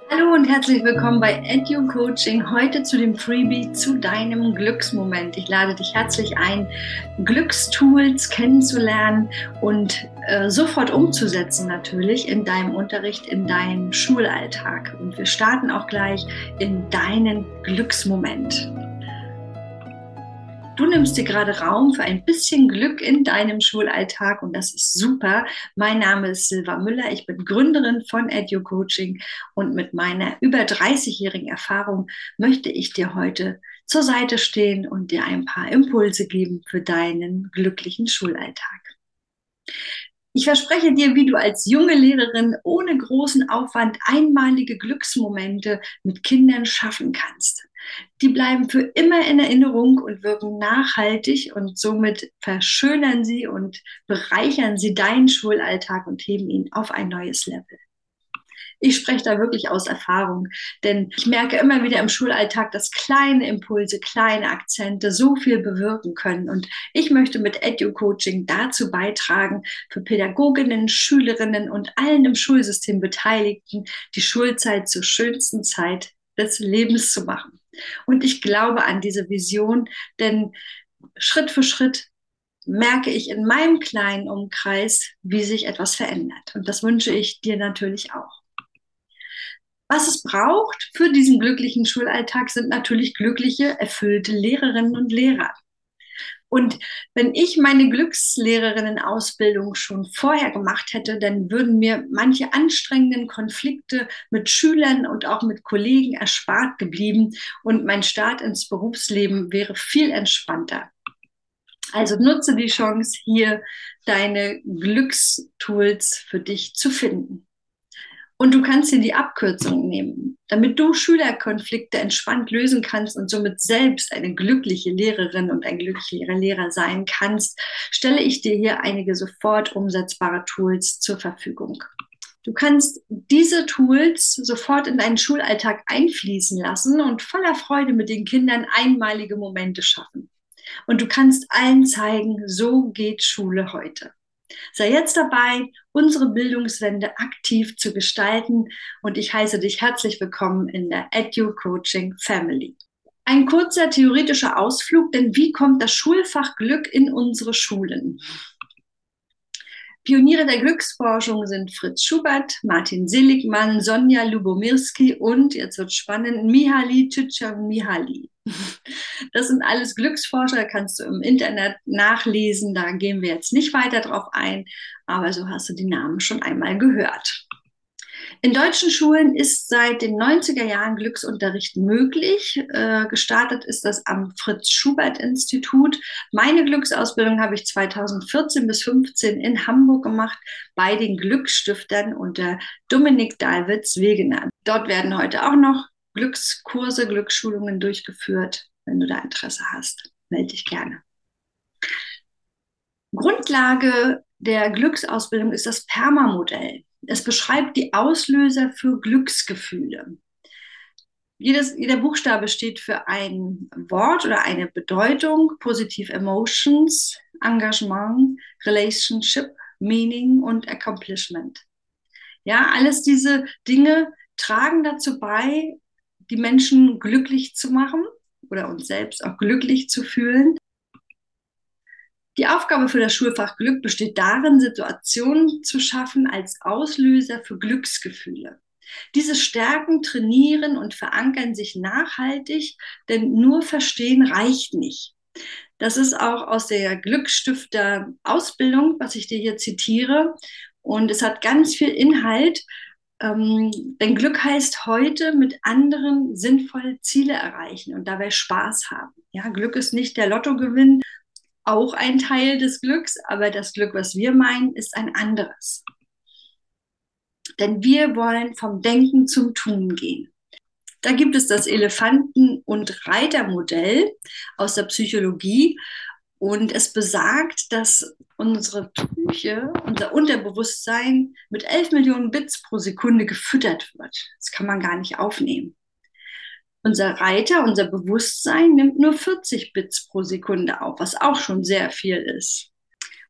Hallo und herzlich willkommen bei Edu Coaching. Heute zu dem Freebie zu deinem Glücksmoment. Ich lade dich herzlich ein, Glückstools kennenzulernen und sofort umzusetzen natürlich in deinem Unterricht, in deinem Schulalltag. Und wir starten auch gleich in deinen Glücksmoment. Du nimmst dir gerade Raum für ein bisschen Glück in deinem Schulalltag und das ist super. Mein Name ist Silva Müller, ich bin Gründerin von Edu Coaching und mit meiner über 30-jährigen Erfahrung möchte ich dir heute zur Seite stehen und dir ein paar Impulse geben für deinen glücklichen Schulalltag. Ich verspreche dir, wie du als junge Lehrerin ohne großen Aufwand einmalige Glücksmomente mit Kindern schaffen kannst. Die bleiben für immer in Erinnerung und wirken nachhaltig und somit verschönern sie und bereichern sie deinen Schulalltag und heben ihn auf ein neues Level. Ich spreche da wirklich aus Erfahrung, denn ich merke immer wieder im Schulalltag, dass kleine Impulse, kleine Akzente so viel bewirken können. Und ich möchte mit Edu-Coaching dazu beitragen, für Pädagoginnen, Schülerinnen und allen im Schulsystem Beteiligten die Schulzeit zur schönsten Zeit des Lebens zu machen. Und ich glaube an diese Vision, denn Schritt für Schritt merke ich in meinem kleinen Umkreis, wie sich etwas verändert. Und das wünsche ich dir natürlich auch. Was es braucht für diesen glücklichen Schulalltag sind natürlich glückliche, erfüllte Lehrerinnen und Lehrer. Und wenn ich meine Glückslehrerinnen-Ausbildung schon vorher gemacht hätte, dann würden mir manche anstrengenden Konflikte mit Schülern und auch mit Kollegen erspart geblieben und mein Start ins Berufsleben wäre viel entspannter. Also nutze die Chance, hier deine Glückstools für dich zu finden. Und du kannst dir die Abkürzung nehmen, damit du Schülerkonflikte entspannt lösen kannst und somit selbst eine glückliche Lehrerin und ein glücklicher Lehrer sein kannst, stelle ich dir hier einige sofort umsetzbare Tools zur Verfügung. Du kannst diese Tools sofort in deinen Schulalltag einfließen lassen und voller Freude mit den Kindern einmalige Momente schaffen. Und du kannst allen zeigen, so geht Schule heute. Sei jetzt dabei, unsere Bildungswende aktiv zu gestalten und ich heiße dich herzlich willkommen in der Edu Coaching Family. Ein kurzer theoretischer Ausflug, denn wie kommt das Schulfach Glück in unsere Schulen? Pioniere der Glücksforschung sind Fritz Schubert, Martin Seligmann, Sonja Lubomirski und, jetzt wird spannend, Mihaly Csikszentmihalyi. Das sind alles Glücksforscher, da kannst du im Internet nachlesen, da gehen wir jetzt nicht weiter drauf ein, aber so hast du die Namen schon einmal gehört. In deutschen Schulen ist seit den 90er Jahren Glücksunterricht möglich. Gestartet ist das am Fritz-Schubert-Institut. Meine Glücksausbildung habe ich 2014 bis 2015 in Hamburg gemacht bei den Glücksstiftern unter Dominik Dahlwitz-Wegener. Dort werden heute auch noch Glückskurse, Glücksschulungen durchgeführt. Wenn du da Interesse hast, melde dich gerne. Grundlage der Glücksausbildung ist das PERMA-Modell. Es beschreibt die Auslöser für Glücksgefühle. Jeder Buchstabe steht für ein Wort oder eine Bedeutung, positive Emotions, Engagement, Relationship, Meaning und Accomplishment. Ja, alles diese Dinge tragen dazu bei, die Menschen glücklich zu machen oder uns selbst auch glücklich zu fühlen. Die Aufgabe für das Schulfach Glück besteht darin, Situationen zu schaffen als Auslöser für Glücksgefühle. Diese stärken, trainieren und verankern sich nachhaltig, denn nur verstehen reicht nicht. Das ist auch aus der Glücksstifter-Ausbildung, was ich dir hier zitiere. Und es hat ganz viel Inhalt, denn Glück heißt heute mit anderen sinnvolle Ziele erreichen und dabei Spaß haben. Ja, Glück ist nicht der Lottogewinn, auch ein Teil des Glücks, aber das Glück, was wir meinen, ist ein anderes. Denn wir wollen vom Denken zum Tun gehen. Da gibt es das Elefanten- und Reitermodell aus der Psychologie und es besagt, dass unsere Psyche, unser Unterbewusstsein mit 11 Millionen Bits pro Sekunde gefüttert wird. Das kann man gar nicht aufnehmen. Unser Reiter, unser Bewusstsein nimmt nur 40 Bits pro Sekunde auf, was auch schon sehr viel ist.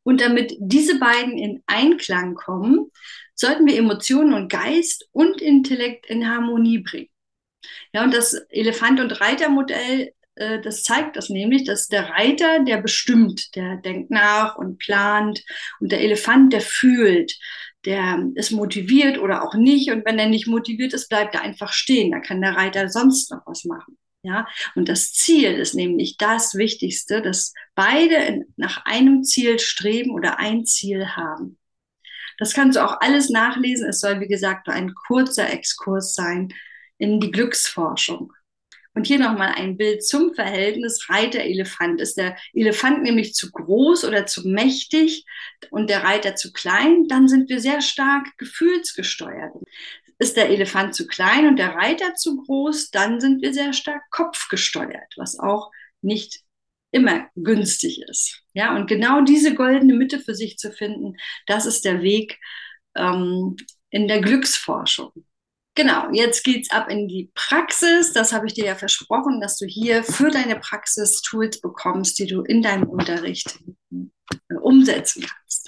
Und damit diese beiden in Einklang kommen, sollten wir Emotionen und Geist und Intellekt in Harmonie bringen. Ja, und das Elefant- und Reitermodell, das zeigt das nämlich, dass der Reiter, der bestimmt, der denkt nach und plant, und der Elefant, der fühlt, der ist motiviert oder auch nicht. Und wenn er nicht motiviert ist, bleibt er einfach stehen. Da kann der Reiter sonst noch was machen. Ja, und das Ziel ist nämlich das Wichtigste, dass beide nach einem Ziel streben oder ein Ziel haben. Das kannst du auch alles nachlesen. Es soll, wie gesagt, nur ein kurzer Exkurs sein in die Glücksforschung. Und hier nochmal ein Bild zum Verhältnis Reiter-Elefant. Ist der Elefant nämlich zu groß oder zu mächtig und der Reiter zu klein, dann sind wir sehr stark gefühlsgesteuert. Ist der Elefant zu klein und der Reiter zu groß, dann sind wir sehr stark kopfgesteuert, was auch nicht immer günstig ist. Ja, und genau diese goldene Mitte für sich zu finden, das ist der Weg in der Glücksforschung. Genau, jetzt geht's ab in die Praxis. Das habe ich dir ja versprochen, dass du hier für deine Praxis Tools bekommst, die du in deinem Unterricht umsetzen kannst.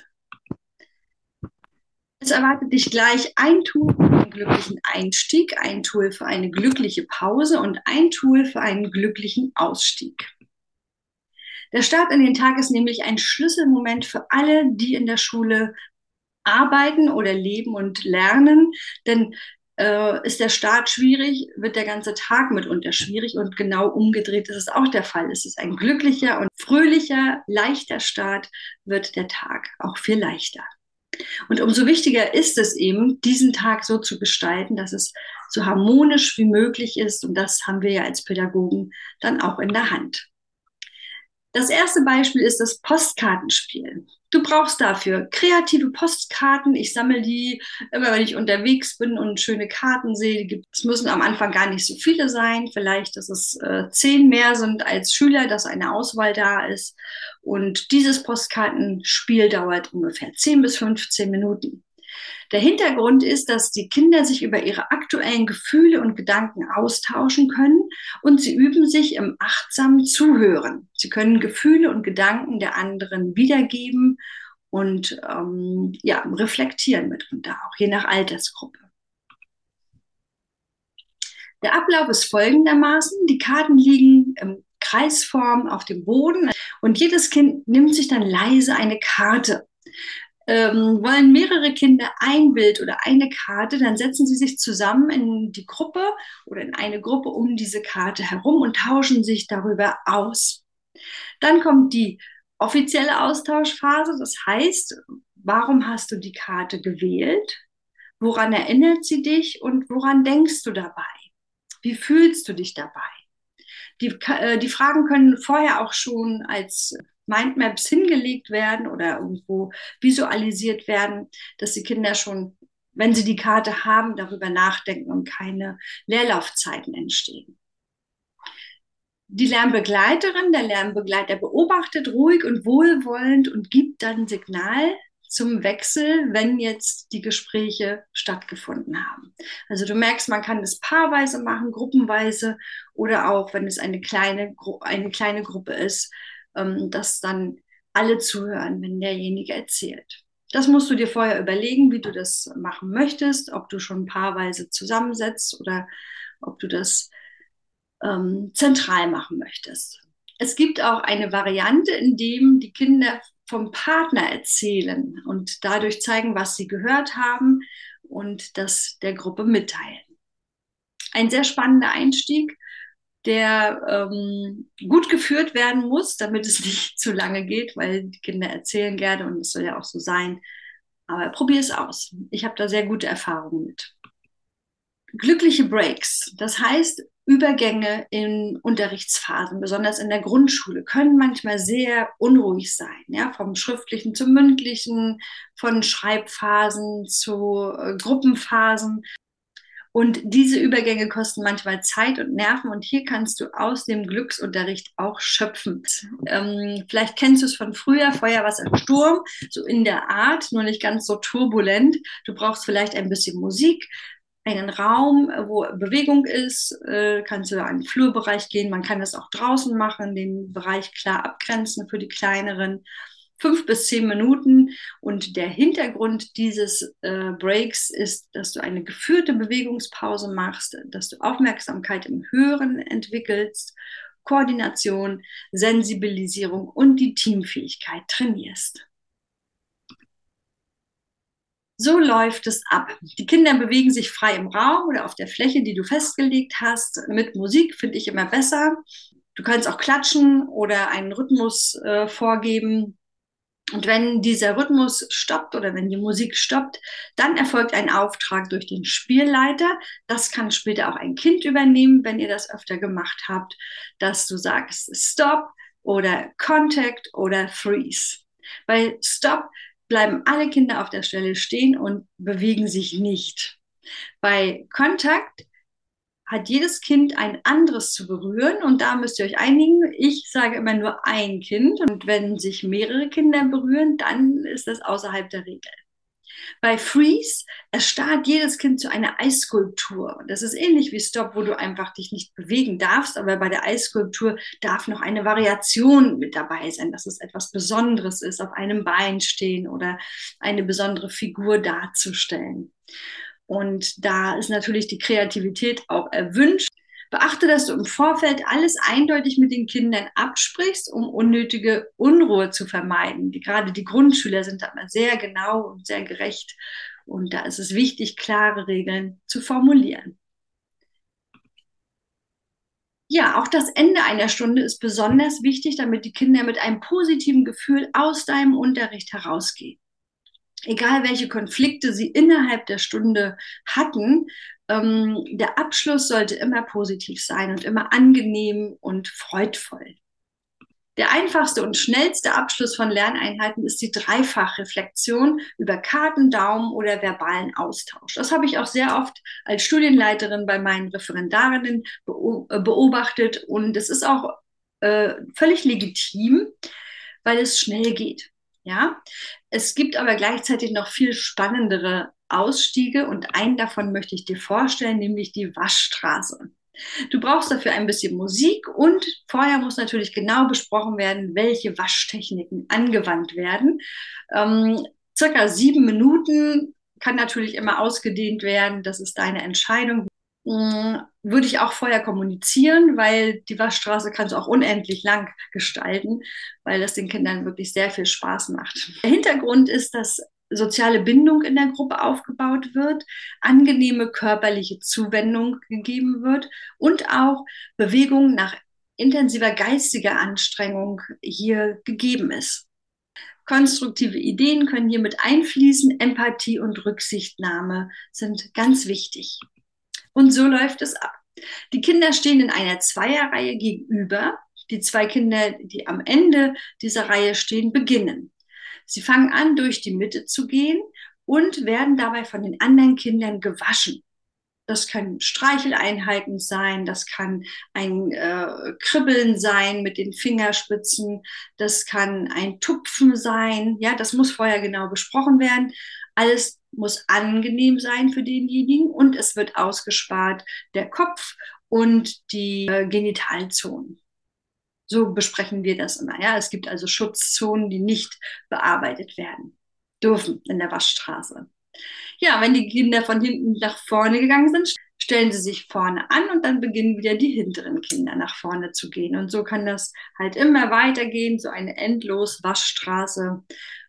Es erwartet dich gleich ein Tool für einen glücklichen Einstieg, ein Tool für eine glückliche Pause und ein Tool für einen glücklichen Ausstieg. Der Start in den Tag ist nämlich ein Schlüsselmoment für alle, die in der Schule arbeiten oder leben und lernen, denn ist der Start schwierig, wird der ganze Tag mitunter schwierig und genau umgedreht ist es auch der Fall. Es ist ein glücklicher und fröhlicher, leichter Start, wird der Tag auch viel leichter. Und umso wichtiger ist es eben, diesen Tag so zu gestalten, dass es so harmonisch wie möglich ist. Und das haben wir ja als Pädagogen dann auch in der Hand. Das erste Beispiel ist das Postkartenspiel. Du brauchst dafür kreative Postkarten. Ich sammle die immer, wenn ich unterwegs bin und schöne Karten sehe. Es müssen am Anfang gar nicht so viele sein. Vielleicht, dass es 10 mehr sind als Schüler, dass eine Auswahl da ist. Und dieses Postkartenspiel dauert ungefähr 10 bis 15 Minuten. Der Hintergrund ist, dass die Kinder sich über ihre aktuellen Gefühle und Gedanken austauschen können und sie üben sich im achtsamen Zuhören. Sie können Gefühle und Gedanken der anderen wiedergeben und ja, reflektieren mitunter, auch je nach Altersgruppe. Der Ablauf ist folgendermaßen. Die Karten liegen im Kreisform auf dem Boden und jedes Kind nimmt sich dann leise eine Karte. Wollen mehrere Kinder ein Bild oder eine Karte, dann setzen sie sich zusammen in die Gruppe oder in eine Gruppe um diese Karte herum und tauschen sich darüber aus. Dann kommt die offizielle Austauschphase, das heißt, warum hast du die Karte gewählt? Woran erinnert sie dich und woran denkst du dabei? Wie fühlst du dich dabei? Die Fragen können vorher auch schon als Mindmaps hingelegt werden oder irgendwo visualisiert werden, dass die Kinder schon, wenn sie die Karte haben, darüber nachdenken und keine Leerlaufzeiten entstehen. Die Lernbegleiterin, der Lernbegleiter beobachtet ruhig und wohlwollend und gibt dann Signal zum Wechsel, wenn jetzt die Gespräche stattgefunden haben. Also du merkst, man kann das paarweise machen, gruppenweise oder auch, wenn es eine kleine Gruppe ist, dass dann alle zuhören, wenn derjenige erzählt. Das musst du dir vorher überlegen, wie du das machen möchtest, ob du schon paarweise zusammensetzt oder ob du das zentral machen möchtest. Es gibt auch eine Variante, in dem die Kinder vom Partner erzählen und dadurch zeigen, was sie gehört haben und das der Gruppe mitteilen. Ein sehr spannender Einstieg, der gut geführt werden muss, damit es nicht zu lange geht, weil die Kinder erzählen gerne und es soll ja auch so sein. Aber probier es aus. Ich habe da sehr gute Erfahrungen mit. Glückliche Breaks, das heißt Übergänge in Unterrichtsphasen, besonders in der Grundschule, können manchmal sehr unruhig sein, ja, vom Schriftlichen zum Mündlichen, von Schreibphasen zu Gruppenphasen. Und diese Übergänge kosten manchmal Zeit und Nerven und hier kannst du aus dem Glücksunterricht auch schöpfen. Vielleicht kennst du es von früher, Feuerwasser im Sturm, so in der Art, nur nicht ganz so turbulent. Du brauchst vielleicht ein bisschen Musik, einen Raum, wo Bewegung ist, kannst du an den Flurbereich gehen. Man kann das auch draußen machen, den Bereich klar abgrenzen für die Kleineren. 5 bis 10 Minuten. Und der Hintergrund dieses Breaks ist, dass du eine geführte Bewegungspause machst, dass du Aufmerksamkeit im Hören entwickelst, Koordination, Sensibilisierung und die Teamfähigkeit trainierst. So läuft es ab. Die Kinder bewegen sich frei im Raum oder auf der Fläche, die du festgelegt hast. Mit Musik finde ich immer besser. Du kannst auch klatschen oder einen Rhythmus vorgeben. Und wenn dieser Rhythmus stoppt oder wenn die Musik stoppt, dann erfolgt ein Auftrag durch den Spielleiter. Das kann später auch ein Kind übernehmen, wenn ihr das öfter gemacht habt, dass du sagst Stop oder Contact oder Freeze. Bei Stop bleiben alle Kinder auf der Stelle stehen und bewegen sich nicht. Bei Kontakt hat jedes Kind ein anderes zu berühren und da müsst ihr euch einigen. Ich sage immer nur ein Kind und wenn sich mehrere Kinder berühren, dann ist das außerhalb der Regel. Bei Freeze erstarrt jedes Kind zu einer Eisskulptur. Das ist ähnlich wie Stop, wo du einfach dich nicht bewegen darfst, aber bei der Eisskulptur darf noch eine Variation mit dabei sein, dass es etwas Besonderes ist, auf einem Bein stehen oder eine besondere Figur darzustellen. Und da ist natürlich die Kreativität auch erwünscht. Beachte, dass du im Vorfeld alles eindeutig mit den Kindern absprichst, um unnötige Unruhe zu vermeiden. Gerade die Grundschüler sind da immer sehr genau und sehr gerecht. Und da ist es wichtig, klare Regeln zu formulieren. Ja, auch das Ende einer Stunde ist besonders wichtig, damit die Kinder mit einem positiven Gefühl aus deinem Unterricht herausgehen. Egal welche Konflikte sie innerhalb der Stunde hatten, der Abschluss sollte immer positiv sein und immer angenehm und freudvoll. Der einfachste und schnellste Abschluss von Lerneinheiten ist die Dreifachreflexion über Karten, Daumen oder verbalen Austausch. Das habe ich auch sehr oft als Studienleiterin bei meinen Referendarinnen beobachtet und es ist auch völlig legitim, weil es schnell geht. Ja, es gibt aber gleichzeitig noch viel spannendere Ausstiege und einen davon möchte ich dir vorstellen, nämlich die Waschstraße. Du brauchst dafür ein bisschen Musik und vorher muss natürlich genau besprochen werden, welche Waschtechniken angewandt werden. Circa 7 Minuten kann natürlich immer ausgedehnt werden, das ist deine Entscheidung. Würde ich auch vorher kommunizieren, weil die Waschstraße kannst du auch unendlich lang gestalten, weil das den Kindern wirklich sehr viel Spaß macht. Der Hintergrund ist, dass soziale Bindung in der Gruppe aufgebaut wird, angenehme körperliche Zuwendung gegeben wird und auch Bewegung nach intensiver geistiger Anstrengung hier gegeben ist. Konstruktive Ideen können hier mit einfließen, Empathie und Rücksichtnahme sind ganz wichtig. Und so läuft es ab. Die Kinder stehen in einer Zweierreihe gegenüber. Die 2 Kinder, die am Ende dieser Reihe stehen, beginnen. Sie fangen an, durch die Mitte zu gehen und werden dabei von den anderen Kindern gewaschen. Das können Streicheleinheiten sein, das kann ein Kribbeln sein mit den Fingerspitzen, das kann ein Tupfen sein. Ja, das muss vorher genau besprochen werden. Alles muss angenehm sein für denjenigen und es wird ausgespart der Kopf und die Genitalzonen. So besprechen wir das immer. Ja? Es gibt also Schutzzonen, die nicht bearbeitet werden dürfen in der Waschstraße. Ja, wenn die Kinder von hinten nach vorne gegangen sind, stellen sie sich vorne an und dann beginnen wieder die hinteren Kinder nach vorne zu gehen. Und so kann das halt immer weitergehen, so eine endlos Waschstraße.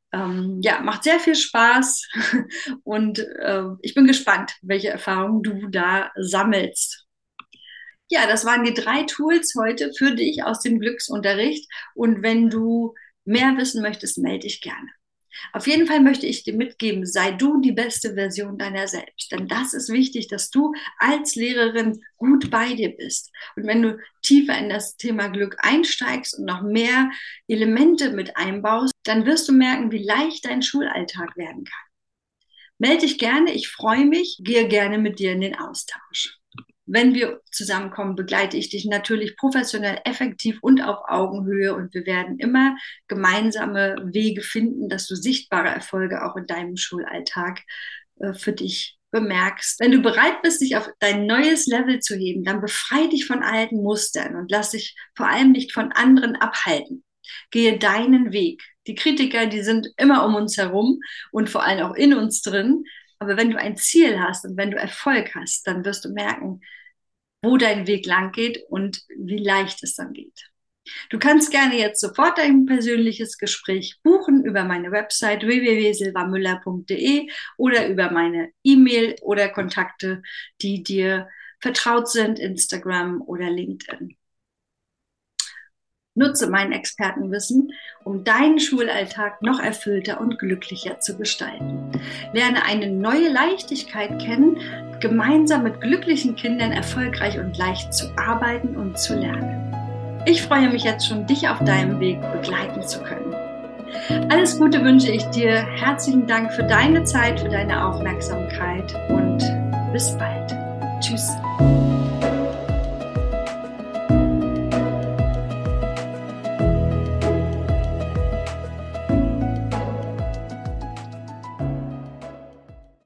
Ja, macht sehr viel Spaß und ich bin gespannt, welche Erfahrungen du da sammelst. Ja, das waren die 3 Tools heute für dich aus dem Glücksunterricht. Und wenn du mehr wissen möchtest, melde dich gerne. Auf jeden Fall möchte ich dir mitgeben, sei du die beste Version deiner selbst. Denn das ist wichtig, dass du als Lehrerin gut bei dir bist. Und wenn du tiefer in das Thema Glück einsteigst und noch mehr Elemente mit einbaust, dann wirst du merken, wie leicht dein Schulalltag werden kann. Melde dich gerne, ich freue mich, gehe gerne mit dir in den Austausch. Wenn wir zusammenkommen, begleite ich dich natürlich professionell, effektiv und auf Augenhöhe und wir werden immer gemeinsame Wege finden, dass du sichtbare Erfolge auch in deinem Schulalltag für dich bemerkst. Wenn du bereit bist, dich auf dein neues Level zu heben, dann befreie dich von alten Mustern und lass dich vor allem nicht von anderen abhalten. Gehe deinen Weg. Die Kritiker, die sind immer um uns herum und vor allem auch in uns drin. Aber wenn du ein Ziel hast und wenn du Erfolg hast, dann wirst du merken, wo dein Weg lang geht und wie leicht es dann geht. Du kannst gerne jetzt sofort ein persönliches Gespräch buchen über meine Website www.silvamüller.de oder über meine E-Mail oder Kontakte, die dir vertraut sind, Instagram oder LinkedIn. Nutze mein Expertenwissen, um deinen Schulalltag noch erfüllter und glücklicher zu gestalten. Lerne eine neue Leichtigkeit kennen, gemeinsam mit glücklichen Kindern erfolgreich und leicht zu arbeiten und zu lernen. Ich freue mich jetzt schon, dich auf deinem Weg begleiten zu können. Alles Gute wünsche ich dir. Herzlichen Dank für deine Zeit, für deine Aufmerksamkeit und bis bald. Tschüss.